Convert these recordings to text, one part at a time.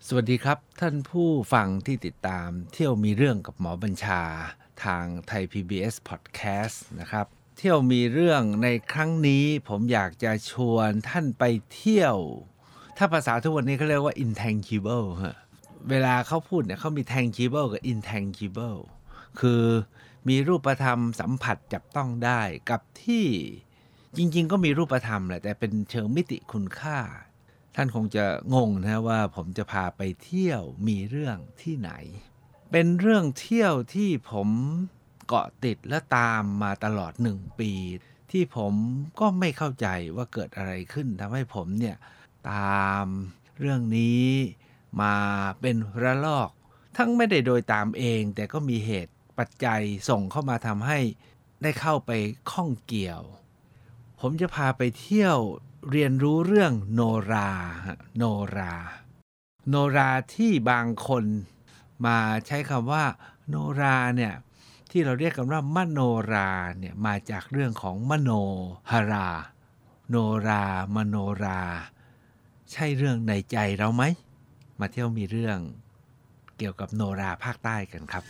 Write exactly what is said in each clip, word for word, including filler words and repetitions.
สวัสดีครับท่านผู้ฟังที่ติดตามเที่ยวมีเรื่องกับหมอบัญชาทางไทย พี บี เอส Podcast นะครับเที่ยวมีเรื่องในครั้งนี้ผมอยากจะชวนท่านไปเที่ยวถ้าภาษาทุกวันนี้เขาเรียกว่า intangible ฮะเวลาเขาพูดเนี่ยเขามี tangible กับ intangible คือมีรูปธรรมสัมผัสจับต้องได้กับที่จริงๆก็มีรูปธรรมแหละแต่เป็นเชิงมิติคุณค่าท่านคงจะงงนะว่าผมจะพาไปเที่ยวมีเรื่องที่ไหนเป็นเรื่องเที่ยวที่ผมเกาะติดและตามมาตลอดหนึ่งปีที่ผมก็ไม่เข้าใจว่าเกิดอะไรขึ้นทำให้ผมเนี่ยตามเรื่องนี้มาเป็นระลอกทั้งไม่ได้โดยตามเองแต่ก็มีเหตุปัจจัยส่งเข้ามาทำให้ได้เข้าไปข้องเกี่ยวผมจะพาไปเที่ยวเรียนรู้เรื่องโนราโนราโนราที่บางคนมาใช้คำว่าโนราเนี่ยที่เราเรียกกันว่ามโนราเนี่ยมาจากเรื่องของมโนหราโนรามโนราใช่เรื่องในใจเราไหมมาเที่ยวมีเรื่องเกี่ยวกับโนราภาคใต้กันครับ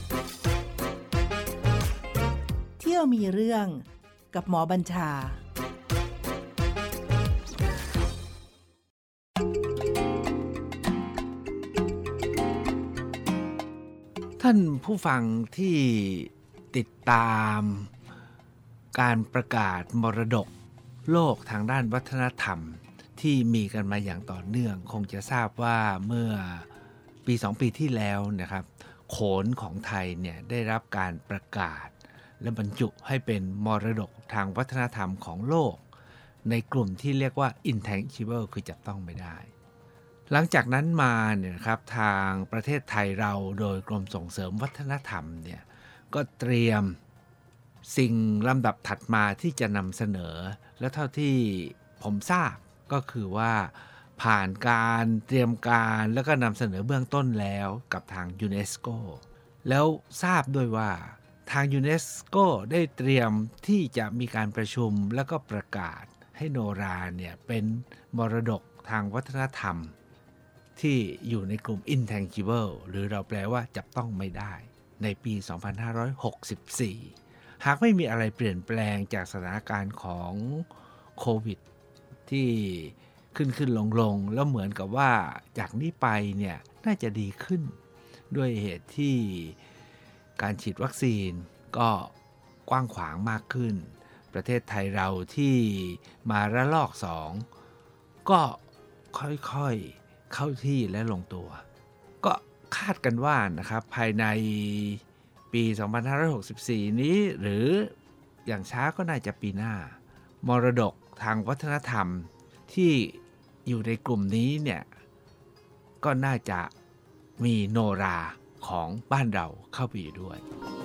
เที่ยวมีเรื่องกับหมอบัญชาท่านผู้ฟังที่ติดตามการประกาศมรดกโลกทางด้านวัฒนธรรมที่มีกันมาอย่างต่อเนื่องคงจะทราบว่าเมื่อปีสองปีที่แล้วนะครับโขนของไทยเนี่ยได้รับการประกาศและบรรจุให้เป็นมรดกทางวัฒนธรรมของโลกในกลุ่มที่เรียกว่า intangible คือจับต้องไม่ได้หลังจากนั้นมาเนี่ยครับทางประเทศไทยเราโดยกรมส่งเสริมวัฒนธรรมเนี่ยก็เตรียมสิ่งลำดับถัดมาที่จะนำเสนอและเท่าที่ผมทราบก็คือว่าผ่านการเตรียมการแล้วก็นำเสนอเบื้องต้นแล้วกับทางยูเนสโกแล้วทราบด้วยว่าทางยูเนสโกได้เตรียมที่จะมีการประชุมแล้วก็ประกาศให้โนราเนี่ยเป็นมรดกทางวัฒนธรรมที่อยู่ในกลุ่ม intangible หรือเราแปลว่าจับต้องไม่ได้ในปีสองพันห้าร้อยหกสิบสี่หากไม่มีอะไรเปลี่ยนแปลงจากสถานการณ์ของโควิดที่ขึ้นขึ้นลงลงแล้วเหมือนกับว่าจากนี้ไปเนี่ยน่าจะดีขึ้นด้วยเหตุที่การฉีดวัคซีนก็กว้างขวางมากขึ้นประเทศไทยเราที่มาระลอกสองก็ค่อยๆเข้าที่และลงตัวก็คาดกันว่านะครับภายในปีสองพันห้าร้อยหกสิบสี่นี้หรืออย่างช้าก็น่าจะปีหน้ามรดกทางวัฒนธรรมที่อยู่ในกลุ่มนี้เนี่ยก็น่าจะมีโนราของบ้านเราเข้าไปอยู่ด้วย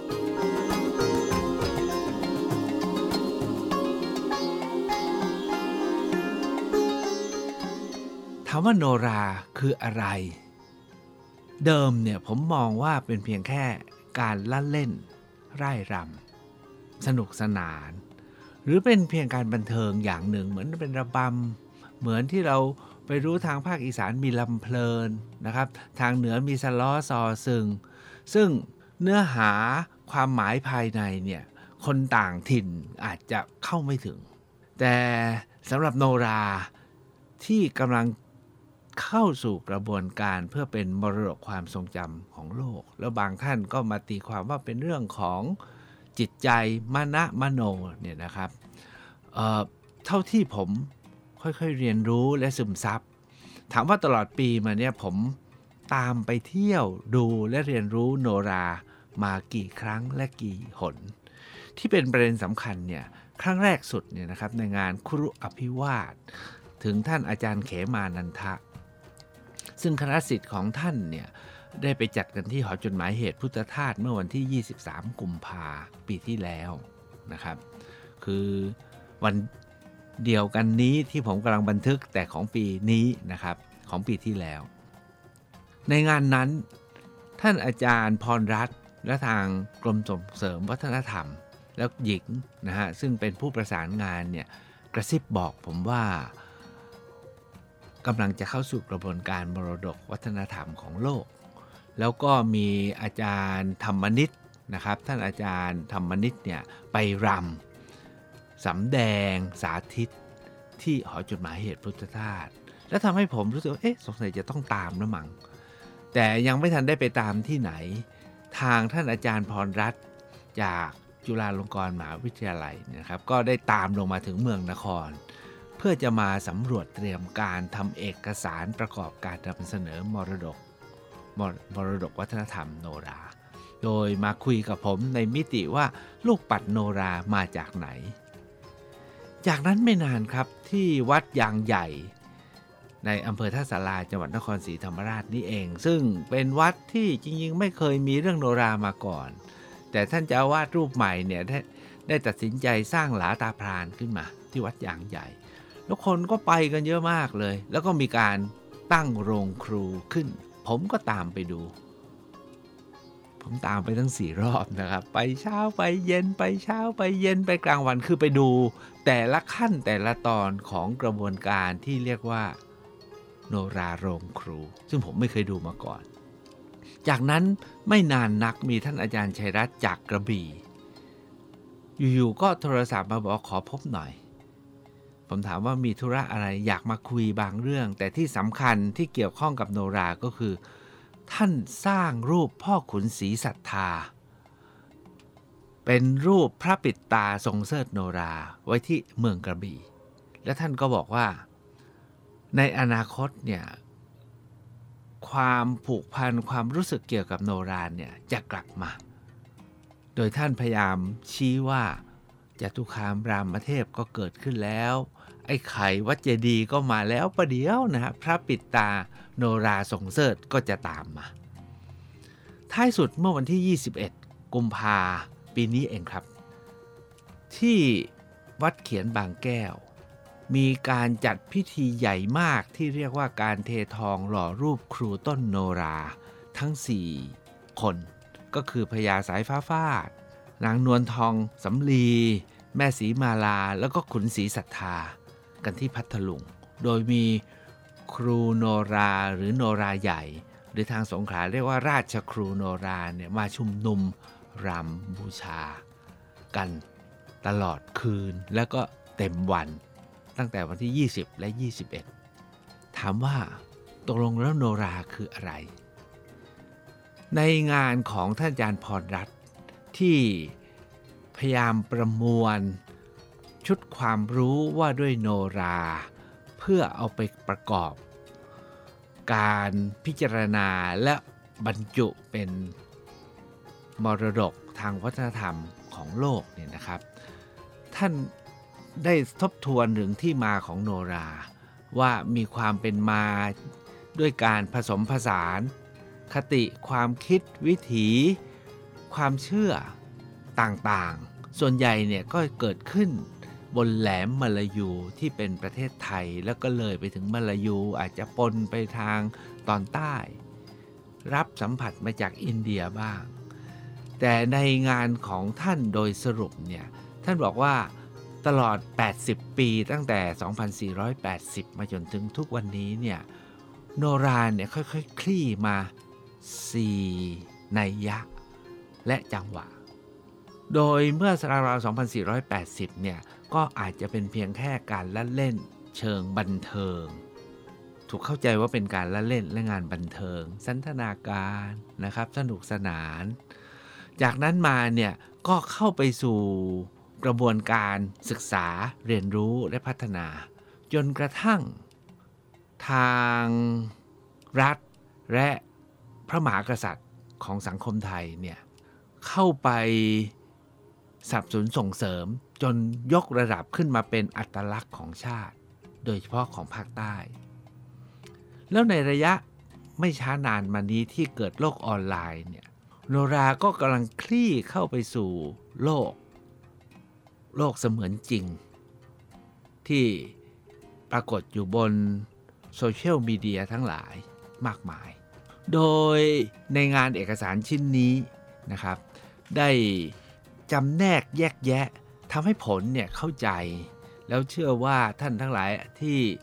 ถามว่าโนราคืออะไรเดิมเนี่ยผมมองว่าเป็นเพียงแค่การละเล่นร่ายรำสนุกสนานหรือเป็นเพียงการบันเทิงอย่างหนึ่งเหมือนเป็นระบำเหมือนที่เราไปรู้ทางภาคอีสานมีลำเพลินนะครับทางเหนือมีสล้อซอซึงซึ่งเนื้อหาความหมายภายในเนี่ยคนต่างถิ่นอาจจะเข้าไม่ถึงแต่สำหรับโนราที่กำลังเข้าสู่กระบวนการเพื่อเป็นมรดกความทรงจำของโลกแล้วบางท่านก็มาตีความว่าเป็นเรื่องของจิตใจมนะมโนเนี่ยนะครับ เอ่อ เท่าที่ผมค่อยๆเรียนรู้และซึมซับถามว่าตลอดปีมาเนี่ยผมตามไปเที่ยวดูและเรียนรู้โนรามากี่ครั้งและกี่หนที่เป็นประเด็นสำคัญเนี่ยครั้งแรกสุดเนี่ยนะครับในงานครุอภิวาทถึงท่านอาจารย์เขมานันทะซึ่งคณะศิษย์ของท่านเนี่ยได้ไปจัดกันที่หอจดหมายเหตุพุทธทาสเมื่อวันที่ยี่สิบสามกุมภาพันธ์ปีที่แล้วนะครับคือวันเดียวกันนี้ที่ผมกำลังบันทึกแต่ของปีนี้นะครับของปีที่แล้วในงานนั้นท่านอาจารย์พรรัตน์และทางกรมส่งเสริมวัฒนธรรมแล้วหญิงนะฮะซึ่งเป็นผู้ประสานงานเนี่ยกระซิบบอกผมว่ากำลังจะเข้าสู่กระบวนการมรดกวัฒนธรรมของโลกแล้วก็มีอาจารย์ธรรมนิตนะครับท่านอาจารย์ธรรมนิตเนี่ยไปรำสำแดงสาธิตที่หอจดหมายเหตุพุทธทาสแล้วทำให้ผมรู้สึกว่าเอ๊ะสงสัยจะต้องตามนะมั้งแต่ยังไม่ทันได้ไปตามที่ไหนทางท่านอาจารย์พรรัตน์จากจุฬาลงกรณ์มหาวิทยาลัยนะครับก็ได้ตามลงมาถึงเมืองนครเพื่อจะมาสำรวจเตรียมการทำเอกสารประกอบการนำเสนอมรดกมรดกวัฒนธรรมโนราโดยมาคุยกับผมในมิติว่าลูกปัดโนรามาจากไหนจากนั้นไม่นานครับที่วัดยางใหญ่ในอำเภอท่าสาราจังหวัดนครศรีธรรมราชนี่เองซึ่งเป็นวัดที่จริงๆไม่เคยมีเรื่องโนรามาก่อนแต่ท่านเจ้าอาวาสรูปใหม่เนี่ยได้ได้ตัดสินใจสร้างหลาตาพรานขึ้นมาที่วัดยางใหญ่แล้วคนก็ไปกันเยอะมากเลยแล้วก็มีการตั้งโรงครูขึ้นผมก็ตามไปดูผมตามไปทั้งสี่รอบนะครับไปเช้าไปเย็นไปเช้าไปเย็นไปกลางวันคือไปดูแต่ละขั้นแต่ละตอนของกระบวนการที่เรียกว่าโนราโรงครูซึ่งผมไม่เคยดูมาก่อนจากนั้นไม่นานนักมีท่านอาจารย์ชัยรัตน์จากกระบี่อยู่ๆก็โทรศัพท์มาบอกขอพบหน่อยผมถามว่ามีธุระอะไรอยากมาคุยบางเรื่องแต่ที่สำคัญที่เกี่ยวข้องกับโนราก็คือท่านสร้างรูปพ่อขุนศรีศรัทธาเป็นรูปพระปิดตาทรงเสิร์ธโนราไว้ที่เมืองกระบี่และท่านก็บอกว่าในอนาคตเนี่ยความผูกพันความรู้สึกเกี่ยวกับโนราเนี่ยจะกลับมาโดยท่านพยายามชี้ว่าจตุคามรามเทพก็เกิดขึ้นแล้วไอ้ไข่วัดเจดีย์ก็มาแล้วประเดี๋ยวนะฮะพระปิดตาโนราทรงเสิร์ธก็จะตามมาท้ายสุดเมื่อวันที่ยี่สิบเอ็ดกุมภาพันธ์ปีนี้เองครับที่วัดเขียนบางแก้วมีการจัดพิธีใหญ่มากที่เรียกว่าการเททองหล่อรูปครูต้นโนราทั้งสี่คนก็คือพญาสายฟ้าฟาดนางนวลทองสำลีแม่ศรีมาลาแล้วก็ขุนศรีศรัทธากันที่พัทลุงโดยมีครูโนราหรือโนราใหญ่หรือทางสงขลาเรียกว่าราชครูโนราเนี่ยมาชุมนุมรำบูชากันตลอดคืนแล้วก็เต็มวันตั้งแต่วันที่ยี่สิบและยี่สิบเอ็ดถามว่าตกลงแล้วโนราคืออะไรในงานของท่านอาจารย์พรรัตน์ที่พยายามประมวลชุดความรู้ว่าด้วยโนราเพื่อเอาไปประกอบการพิจารณาและบรรจุเป็นมรดกทางวัฒนธรรมของโลกเนี่ยนะครับท่านได้ทบทวนถึงที่มาของโนราว่ามีความเป็นมาด้วยการผสมผสานคติความคิดวิถีความเชื่อต่างๆส่วนใหญ่เนี่ยก็เกิดขึ้นบนแหลมมาลายูที่เป็นประเทศไทยแล้วก็เลยไปถึงมาลายูอาจจะปนไปทางตอนใต้รับสัมผัสมาจากอินเดียบ้างแต่ในงานของท่านโดยสรุปเนี่ยท่านบอกว่าตลอดแปดสิบปีตั้งแต่สองพันสี่ร้อยแปดสิบมาจนถึงทุกวันนี้เนี่ยโนราเนี่ยค่อยๆคลี่มาสี่นัยยะและจังหวะโดยเมื่อราวๆสองพันสี่ร้อยแปดสิบเนี่ยก็อาจจะเป็นเพียงแค่การละเล่นเชิงบันเทิงถูกเข้าใจว่าเป็นการละเล่นและงานบันเทิงสันทนาการนะครับสนุกสนานจากนั้นมาเนี่ยก็เข้าไปสู่กระบวนการศึกษาเรียนรู้และพัฒนาจนกระทั่งทางรัฐและพระมหากษัตริย์ของสังคมไทยเนี่ยเข้าไปสนับสนุนส่งเสริมจนยกระดับขึ้นมาเป็นอัตลักษณ์ของชาติโดยเฉพาะของภาคใต้แล้วในระยะไม่ช้านานมานี้ที่เกิดโลกออนไลน์เนี่ยโนราก็กำลังคลี่เข้าไปสู่โลกโลกเสมือนจริงที่ปรากฏอยู่บนโซเชียลมีเดียทั้งหลายมากมายโดยในงานเอกสารชิ้นนี้นะครับได้จำแนกแยกแยะทำให้ผลเนี่ยเข้าใจแล้วเชื่อว่าท่านทั้งหลายที่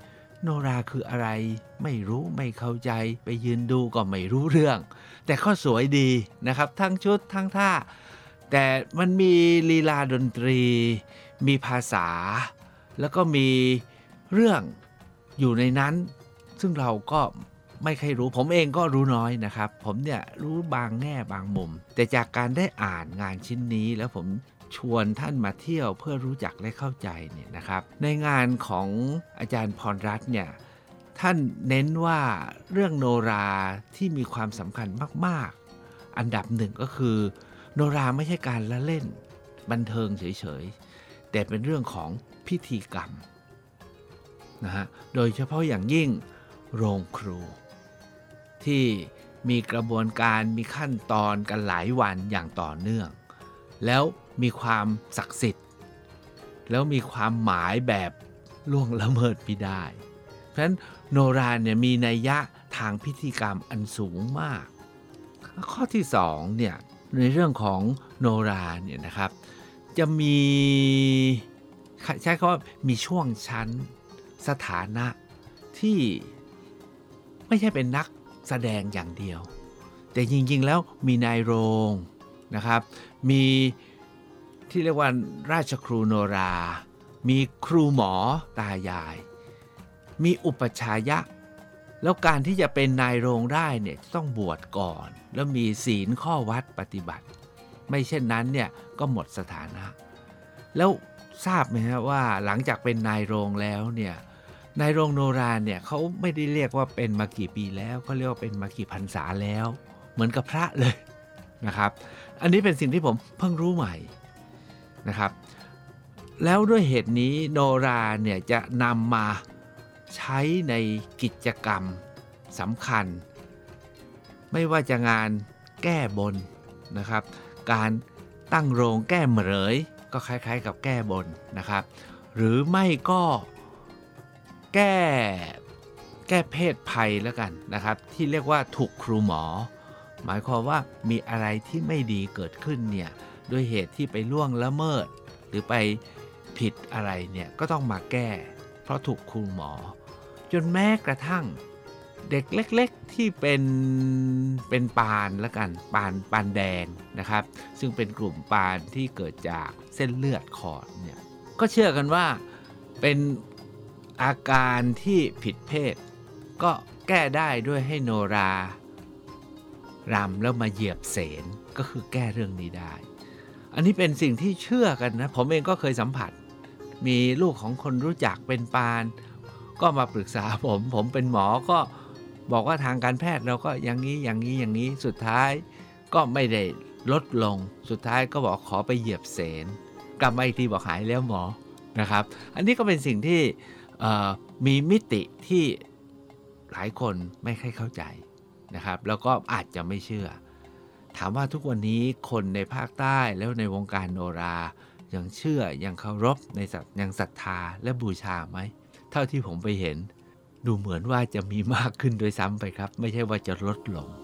โนราคืออะไรไม่รู้ไม่เข้าใจไปยืนดูก็ไม่รู้เรื่องแต่ก็สวยดีนะครับทั้งชุดทั้งท่าแต่มันมีลีลาดนตรีมีภาษาแล้วก็มีเรื่องอยู่ในนั้นซึ่งเราก็ไม่เคยรู้ผมเองก็รู้น้อยนะครับผมเนี่ยรู้บางแง่บางมุมแต่จากการได้อ่านงานชิ้นนี้แล้วผมชวนท่านมาเที่ยวเพื่อรู้จักและเข้าใจเนี่ยนะครับในงานของอาจารย์พรรัตน์เนี่ยท่านเน้นว่าเรื่องโนราที่มีความสำคัญมากๆอันดับหนึ่งก็คือโนราไม่ใช่การละเล่นบันเทิงเฉยๆแต่เป็นเรื่องของพิธีกรรมนะฮะโดยเฉพาะอย่างยิ่งโรงครูที่มีกระบวนการมีขั้นตอนกันหลายวันอย่างต่อเนื่องแล้วมีความศักดิ์สิทธิ์แล้วมีความหมายแบบล่วงละเมิดไม่ได้เพราะฉะนั้นโนราเนี่ยมีนัยยะทางพิธีกรรมอันสูงมากข้อที่สองเนี่ยในเรื่องของโนราเนี่ยนะครับจะมีใช้คำว่ามีช่วงชั้นสถานะที่ไม่ใช่เป็นนักแสดงอย่างเดียวแต่จริงๆแล้วมีนายโรงนะครับมีที่เรียกว่าราชครูโนรามีครูหมอตายายมีอุปชายะแล้วการที่จะเป็นนายโรงได้เนี่ยต้องบวชก่อนแล้วมีศีลข้อวัดปฏิบัติไม่เช่นนั้นเนี่ยก็หมดสถานะแล้วทราบไหมฮะว่าหลังจากเป็นนายโรงแล้วเนี่ยนายโรงโนราเนี่ยเขาไม่ได้เรียกว่าเป็นมากี่ปีแล้วเขาเรียกว่าเป็นมากี่พรรษาแล้วเหมือนกับพระเลยนะครับอันนี้เป็นสิ่งที่ผมเพิ่งรู้ใหม่นะครับแล้วด้วยเหตุนี้โนราเนี่ยจะนำมาใช้ในกิจกรรมสำคัญไม่ว่าจะงานแก้บนนะครับการตั้งโรงแก้เหมยก็คล้ายๆกับแก้บนนะครับหรือไม่ก็แก้แก้เพศภัยแล้วกันนะครับที่เรียกว่าถูกครูหมอหมายความว่ามีอะไรที่ไม่ดีเกิดขึ้นเนี่ยด้วยเหตุที่ไปล่วงละเมิดหรือไปผิดอะไรเนี่ยก็ต้องมาแก้เพราะถูกครูหมอจนแม้กระทั่งเด็กเล็กๆที่เป็นเป็นปานแล้วกันปานปานแดงนะครับซึ่งเป็นกลุ่มปานที่เกิดจากเส้นเลือดขอดเนี่ยก็เชื่อกันว่าเป็นอาการที่ผิดเพศก็แก้ได้ด้วยให้โนรารำแล้วมาเหยียบเสนก็คือแก้เรื่องนี้ได้อันนี้เป็นสิ่งที่เชื่อกันนะผมเองก็เคยสัมผัสมีลูกของคนรู้จักเป็นปานก็มาปรึกษาผมผมเป็นหมอก็บอกว่าทางการแพทย์เราก็อย่างนี้อย่างนี้อย่างนี้สุดท้ายก็ไม่ได้ลดลงสุดท้ายก็บอกขอไปเหยียบเสนกลับมาอีกทีบอกหายแล้วหมอนะครับอันนี้ก็เป็นสิ่งที่มีมิติที่หลายคนไม่ค่อยเข้าใจนะครับแล้วก็อาจจะไม่เชื่อถามว่าทุกวันนี้คนในภาคใต้แล้วในวงการโนรายังเชื่อยังเคารพในยังศรัทธาและบูชาไหมเท่าที่ผมไปเห็นดูเหมือนว่าจะมีมากขึ้นโดยซ้ำไปครับไม่ใช่ว่าจะลดลง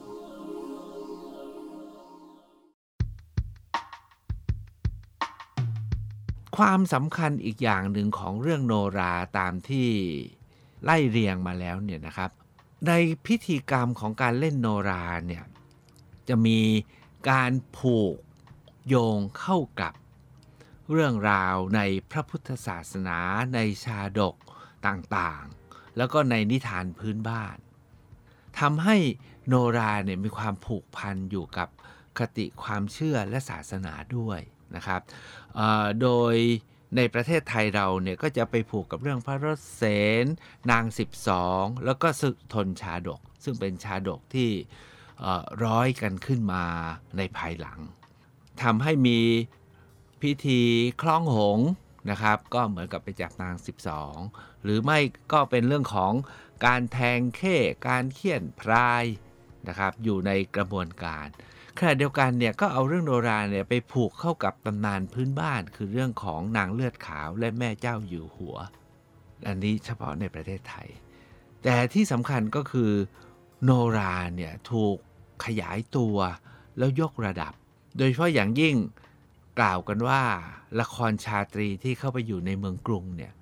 ความสำคัญอีกอย่างหนึ่งของเรื่องโนราตามที่ไล่เรียงมาแล้วเนี่ยนะครับในพิธีกรรมของการเล่นโนราเนี่ยจะมีการผูกโยงเข้ากับเรื่องราวในพระพุทธศาสนาในชาดกต่างๆแล้วก็ในนิทานพื้นบ้านทำให้โนราเนี่ยมีความผูกพันอยู่กับคติความเชื่อและศาสนาด้วยนะครับโดยในประเทศไทยเราเนี่ยก็จะไปผูกกับเรื่องพระรสเสนนางสิบสองแล้วก็สุทนชาดกซึ่งเป็นชาดกที่ร้อยกันขึ้นมาในภายหลังทำให้มีพิธีคล้องหงส์นะครับก็เหมือนกับไปจับนางสิบสองหรือไม่ก็เป็นเรื่องของการแทงเข้การเคี่ยนพรายนะครับอยู่ในกระบวนการขณะเดียวกันเนี่ยก็เอาเรื่องโนราเนี่ยไปผูกเข้ากับตำนานพื้นบ้านคือเรื่องของนางเลือดขาวและแม่เจ้าอยู่หัวอันนี้เฉพาะในประเทศไทยแต่ที่สำคัญก็คือโนราเนี่ยถูกขยายตัวแล้วยกระดับโดยเฉพาะอย่างยิ่งกล่าวกันว่าละครชาตรีที่เข้าไปอยู่ในเมืองกรุงเนี่ย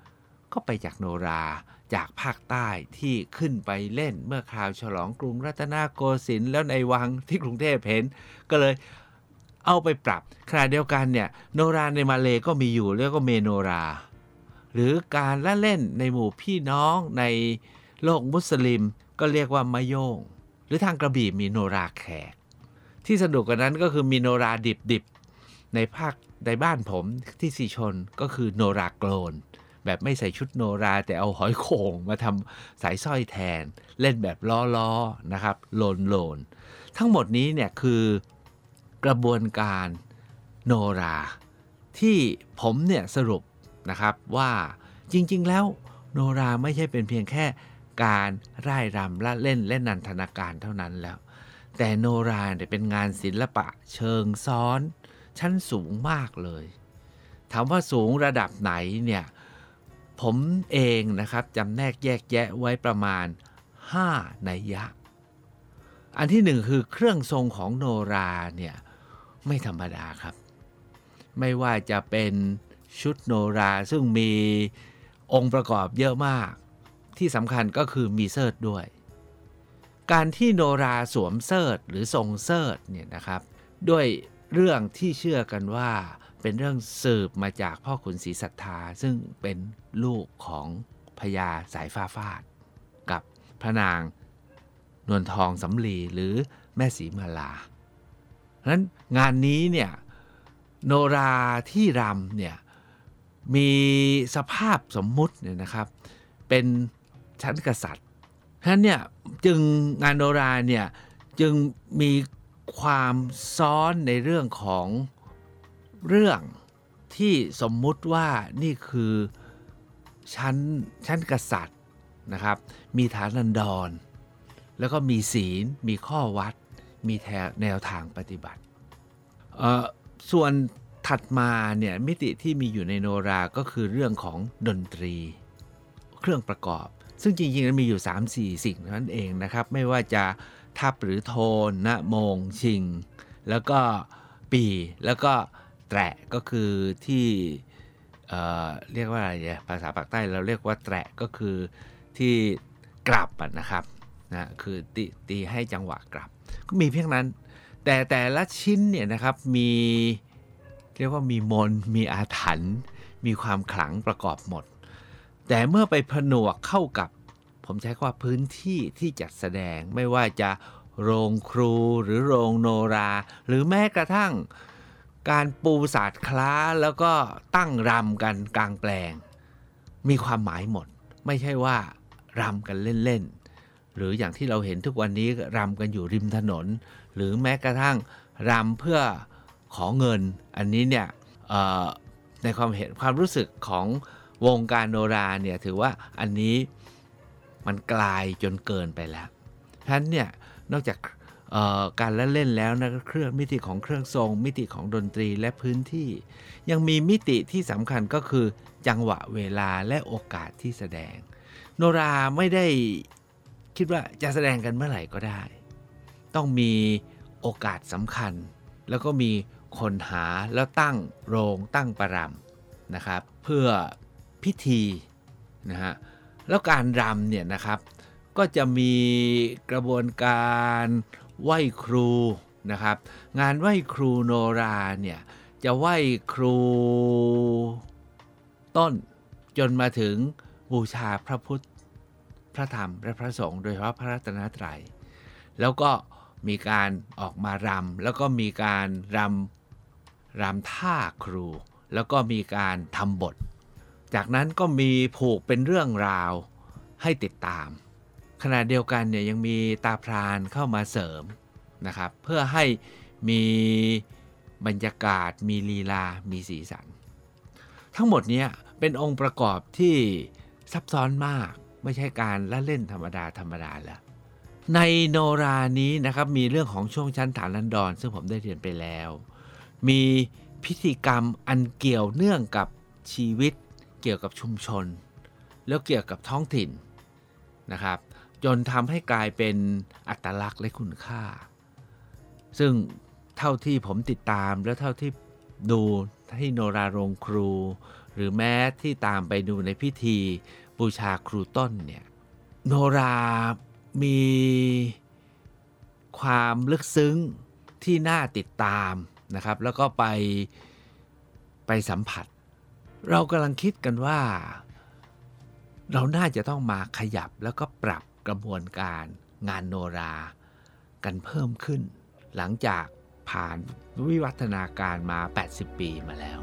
ก็ไปจากโนราจากภาคใต้ที่ขึ้นไปเล่นเมื่อคราวฉลองกรุงรัตนโกสินทร์แล้วในวังที่กรุงเทพเห็นก็เลยเอาไปปรับขณะเดียวกันเนี่ยโนราในมาเลก็มีอยู่เรียกว่าเมโนราหรือการละเล่นในหมู่พี่น้องในโลกมุสลิมก็เรียกว่ามะโยงหรือทางกระบี่มีโนราแขกที่สนุกกว่านั้นก็คือมีโนราดิบๆในภาคในบ้านผมที่สีชนก็คือโนราโกลนแบบไม่ใส่ชุดโนราแต่เอาหอยโข่งมาทำสายสร้อยแทนเล่นแบบล้อๆนะครับโลนโลนทั้งหมดนี้เนี่ยคือกระบวนการโนราที่ผมเนี่ยสรุปนะครับว่าจริงๆแล้วโนราไม่ใช่เป็นเพียงแค่การร่ายรำละเล่นและนันทนาการเท่านั้นแล้วแต่โนราเนี่ยเป็นงานศิลปะเชิงซ้อนชั้นสูงมากเลยถามว่าสูงระดับไหนเนี่ยผมเองนะครับจำแนกแยกแยะไว้ประมาณห้านัยยะอันที่หนึ่งคือเครื่องทรงของโนราเนี่ยไม่ธรรมดาครับไม่ว่าจะเป็นชุดโนราซึ่งมีองค์ประกอบเยอะมากที่สำคัญก็คือมีเสิร์ธด้วยการที่โนราสวมเสิร์ธหรือทรงเสิร์ธเนี่ยนะครับด้วยเรื่องที่เชื่อกันว่าเป็นเรื่องสืบมาจากพ่อขุนศรีสัทธาซึ่งเป็นลูกของพญาสายฟ้าฟาดกับพระนางนวลทองสำลีหรือแม่ศรีมาลาเพราะฉะนั้นงานนี้เนี่ยโนราที่รำเนี่ยมีสภาพสมมุติเนี่ยนะครับเป็นชั้นกษัตริย์เพราะฉะนั้นเนี่ยจึงงานโนราเนี่ยจึงมีความซ้อนในเรื่องของเรื่องที่สมมุติว่านี่คือชั้นชั้นกษัตริย์นะครับมีฐานันดรแล้วก็มีศีลมีข้อวัดมีแนวทางปฏิบัติเอ่อส่วนถัดมาเนี่ยมิติที่มีอยู่ในโนราก็คือเรื่องของดนตรีเครื่องประกอบซึ่งจริงๆมันมีอยู่ สามสี่ สิ่งนั้นเองนะครับไม่ว่าจะทับหรือโทนนะโมงชิงแล้วก็ปีแล้วก็แตระก็คือที่เอ่อเรียกว่าอะไรเนี่ยภาษาปากใต้เราเรียกว่าแตระก็คือที่กลับนะครับนะคือตีตีให้จังหวะกลับก็มีเพียงนั้นแต่แต่ละชิ้นเนี่ยนะครับมีเรียกว่ามีมนต์มีอาถรรพ์มีความขลังประกอบหมดแต่เมื่อไปผนวกเข้ากับผมใช้คำว่าพื้นที่ที่จัดแสดงไม่ว่าจะโรงครูหรือโรงโนราหรือแม้กระทั่งการปูศาสตร์คล้าแล้วก็ตั้งรำกันกลางแปลงมีความหมายหมดไม่ใช่ว่ารำกันเล่นๆหรืออย่างที่เราเห็นทุกวันนี้รำกันอยู่ริมถนนหรือแม้กระทั่งรำเพื่อขอเงินอันนี้เนี่ยในความเห็นความรู้สึกของวงการโนราเนี่ยถือว่าอันนี้มันกลายจนเกินไปแล้วฉะนั้นเนี่ยนอกจากการละเล่นแล้วนะเครื่องมิติของเครื่องทรงมิติของดนตรีและพื้นที่ยังมีมิติที่สำคัญก็คือจังหวะเวลาและโอกาสที่แสดงโนราไม่ได้คิดว่าจะแสดงกันเมื่อไหร่ก็ได้ต้องมีโอกาสสำคัญแล้วก็มีคนหาแล้วตั้งโรงตั้งประรำนะครับเพื่อพิธีนะฮะแล้วการรำเนี่ยนะครับก็จะมีกระบวนการไหว้ครูนะครับงานไหว้ครูโนราเนี่ยจะไหว้ครูต้นจนมาถึงบูชาพระพุทธพระธรรมและพระสงฆ์โดยเฉพาะพระรัตนตรัยแล้วก็มีการออกมารำแล้วก็มีการรำรำท่าครูแล้วก็มีการทำบทจากนั้นก็มีผูกเป็นเรื่องราวให้ติดตามขณะเดียวกันเนี่ยยังมีตาพรานเข้ามาเสริมนะครับเพื่อให้มีบรรยากาศมีลีลามีสีสันทั้งหมดนี้เป็นองค์ประกอบที่ซับซ้อนมากไม่ใช่การละเล่นธรรมดาธรรมดาแล้วในโนรานี้นะครับมีเรื่องของช่วงชั้นฐานันดรซึ่งผมได้เรียนไปแล้วมีพิธีกรรมอันเกี่ยวเนื่องกับชีวิตเกี่ยวกับชุมชนแล้วเกี่ยวกับท้องถิ่นนะครับจนทำให้กลายเป็นอัตลักษณ์และคุณค่าซึ่งเท่าที่ผมติดตามและเท่าที่ดูที่โนราโรงครูหรือแม้ที่ตามไปดูในพิธีบูชาครูต้นเนี่ยโนรามีความลึกซึ้งที่น่าติดตามนะครับแล้วก็ไปไปสัมผัสเรากำลังคิดกันว่าเราน่าจะต้องมาขยับแล้วก็ปรับกระบวนการงานโนรากันเพิ่มขึ้นหลังจากผ่านวิวัฒนาการมาแปดสิบปีมาแล้ว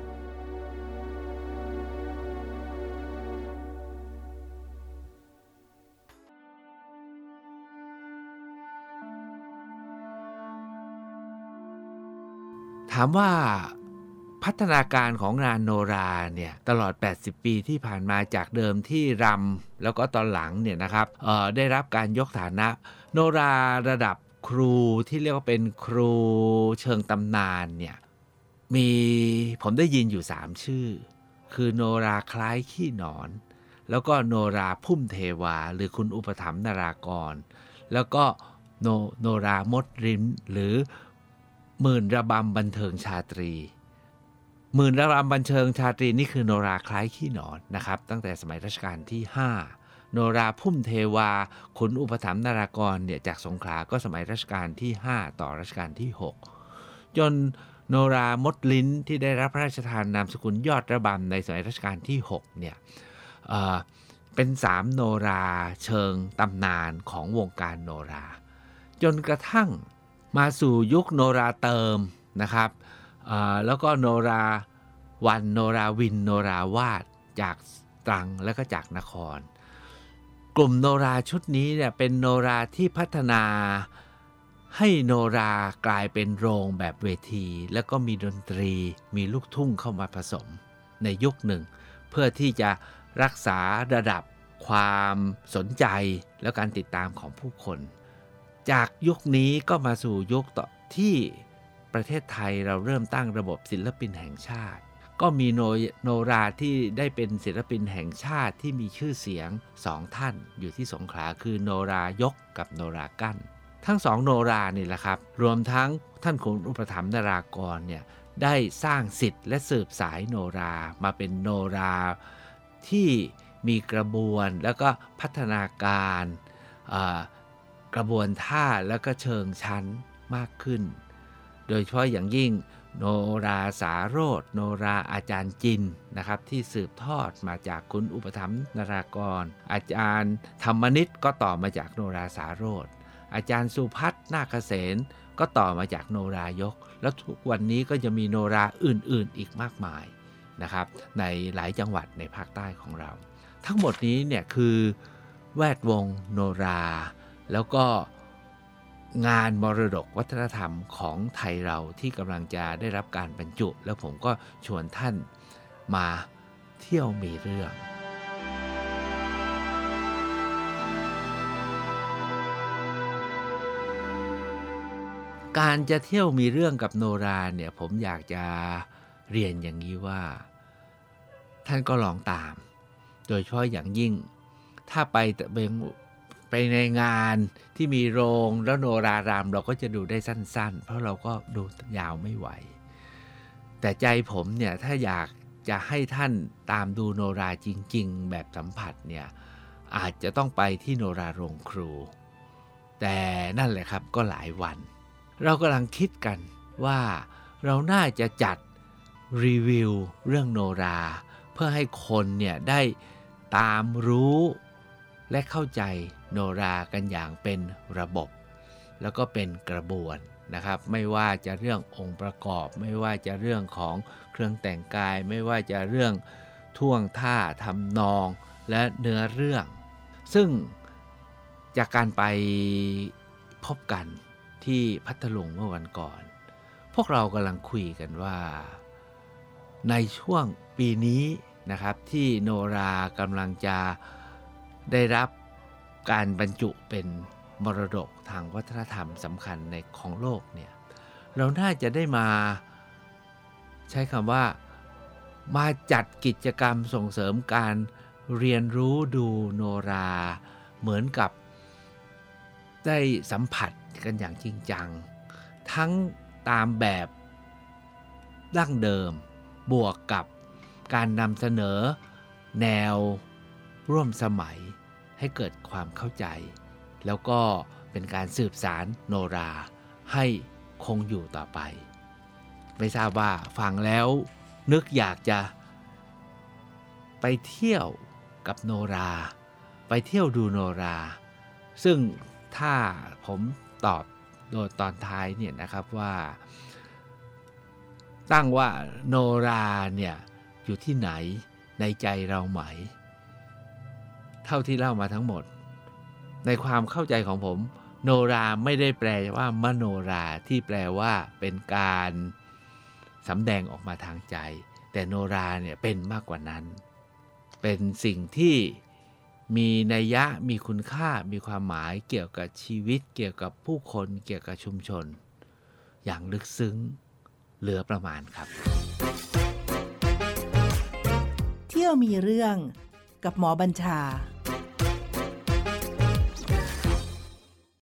ถามว่าพัฒนาการของงานโนราเนี่ยตลอดแปดสิบปีที่ผ่านมาจากเดิมที่รำแล้วก็ตอนหลังเนี่ยนะครับเอ่อได้รับการยกฐานะโนราระดับครูที่เรียกว่าเป็นครูเชิงตำนานเนี่ยมีผมได้ยินอยู่สามชื่อคือโนราคล้ายขี้หนอนแล้วก็โนราพุ่มเทวาหรือคุณอุปถัมภ์นารากรแล้วก็โนโนรามดริ้นหรือหมื่นระบำบันเทิงชาตรีหมื่นระบำบันเทิงชาตรีนี่คือโนราคล้ายขี้หนอนนะครับตั้งแต่สมัยรัชกาลที่ห้าโนราพุ่มเทวาขุนอุปถัมภ์นารากรเนี่ยจากสงขลาก็สมัยรัชกาลที่ห้าต่อรัชกาลที่หกจนโนรามดลิ้นที่ได้รับพระราชทานนามสกุลยอดระบำในสมัยรัชกาลที่หกเนี่ยเอ่อเป็นสามโนราเชิงตำนานของวงการโนราจนกระทั่งมาสู่ยุคโนราเติมนะครับแล้วก็โนราวันโนราวินโนราวาดจากตรังและก็จากนครกลุ่มโนราชุดนี้เนี่ยเป็นโนราที่พัฒนาให้โนรากลายเป็นโรงแบบเวทีแล้วก็มีดนตรีมีลูกทุ่งเข้ามาผสมในยุคหนึ่งเพื่อที่จะรักษาระดับความสนใจและการติดตามของผู้คนจากยุคนี้ก็มาสู่ยุคต่อที่ประเทศไทยเราเริ่มตั้งระบบศิลปินแห่งชาติก็มีโนโนราที่ได้เป็นศิลปินแห่งชาติที่มีชื่อเสียงสองท่านอยู่ที่สงขลาคือโนรายกกับโนรากั้นทั้งสองโนรานี่แหละครับรวมทั้งท่านขุนอุปถัมภ์นารากรเนี่ยได้สร้างสิทธิ์และสืบสายโนรามาเป็นโนราที่มีกระบวนแล้วก็พัฒนาการกระบวนท่าแล้วก็เชิงชั้นมากขึ้นโดยเฉพาะอย่างยิ่งโนราสาโรจน์โนราอาจารย์จินนะครับที่สืบทอดมาจากคุณอุปถัมภ์นารากรอาจารย์ธรรมนิตก็ต่อมาจากโนราสาโรจน์อาจารย์สุพัฒน์นาคเสนก็ต่อมาจากโนรายกแล้วทุกวันนี้ก็จะมีโนราอื่นๆอีกมากมายนะครับในหลายจังหวัดในภาคใต้ของเราทั้งหมดนี้เนี่ยคือแวดวงโนราแล้วก็งานมรดกวัฒนธรรมของไทยเราที่กำลังจะได้รับการบรรจุแล้วผมก็ชวนท่านมาเที่ยวมีเรื่องการจะเที่ยวมีเรื่องกับโนราเนี่ยผมอยากจะเรียนอย่างนี้ว่าท่านก็ลองตามโดยเฉพาะอย่างยิ่งถ้าไปเป็นไปในงานที่มีโรงแล้วโนรารำเราก็จะดูได้สั้นๆเพราะเราก็ดูยาวไม่ไหวแต่ใจผมเนี่ยถ้าอยากจะให้ท่านตามดูโนราจริงๆแบบสัมผัสเนี่ยอาจจะต้องไปที่โนราโรงครูแต่นั่นแหละครับก็หลายวันเรากำลังคิดกันว่าเราน่าจะจัดรีวิวเรื่องโนราเพื่อให้คนเนี่ยได้ตามรู้และเข้าใจโนรากันอย่างเป็นระบบแล้วก็เป็นกระบวนนะครับไม่ว่าจะเรื่ององค์ประกอบไม่ว่าจะเรื่องของเครื่องแต่งกายไม่ว่าจะเรื่องท่วงท่าทำนองและเนื้อเรื่องซึ่งจากการไปพบกันที่พัทลุงเมื่อวันก่อนพวกเรากำลังคุยกันว่าในช่วงปีนี้นะครับที่โนรากำลังจะได้รับการบรรจุเป็นมรดกทางวัฒนธรรมสำคัญในของโลกเนี่ยเราน่าจะได้มาใช้คำว่ามาจัดกิจกรรมส่งเสริมการเรียนรู้ดูโนราเหมือนกับได้สัมผัสกันอย่างจริงจังทั้งตามแบบดั้งเดิมบวกกับการนำเสนอแนวร่วมสมัยให้เกิดความเข้าใจแล้วก็เป็นการสืบสานโนราให้คงอยู่ต่อไปไม่ทราบว่าฟังแล้วนึกอยากจะไปเที่ยวกับโนราไปเที่ยวดูโนราซึ่งถ้าผมตอบโดยตอนท้ายเนี่ยนะครับว่าตั้งว่าโนราเนี่ยอยู่ที่ไหนในใจเราไหมเท่าที่เล่ามาทั้งหมดในความเข้าใจของผมโนราไม่ได้แปลว่ามโนราที่แปลว่าเป็นการสำแดงออกมาทางใจแต่โนราเนี่ยเป็นมากกว่านั้นเป็นสิ่งที่มีนัยยะมีคุณค่ามีความหมายเกี่ยวกับชีวิตเกี่ยวกับผู้คนเกี่ยวกับชุมชนอย่างลึกซึ้งเหลือประมาณครับเที่ยวมีเรื่องกับหมอบัญชา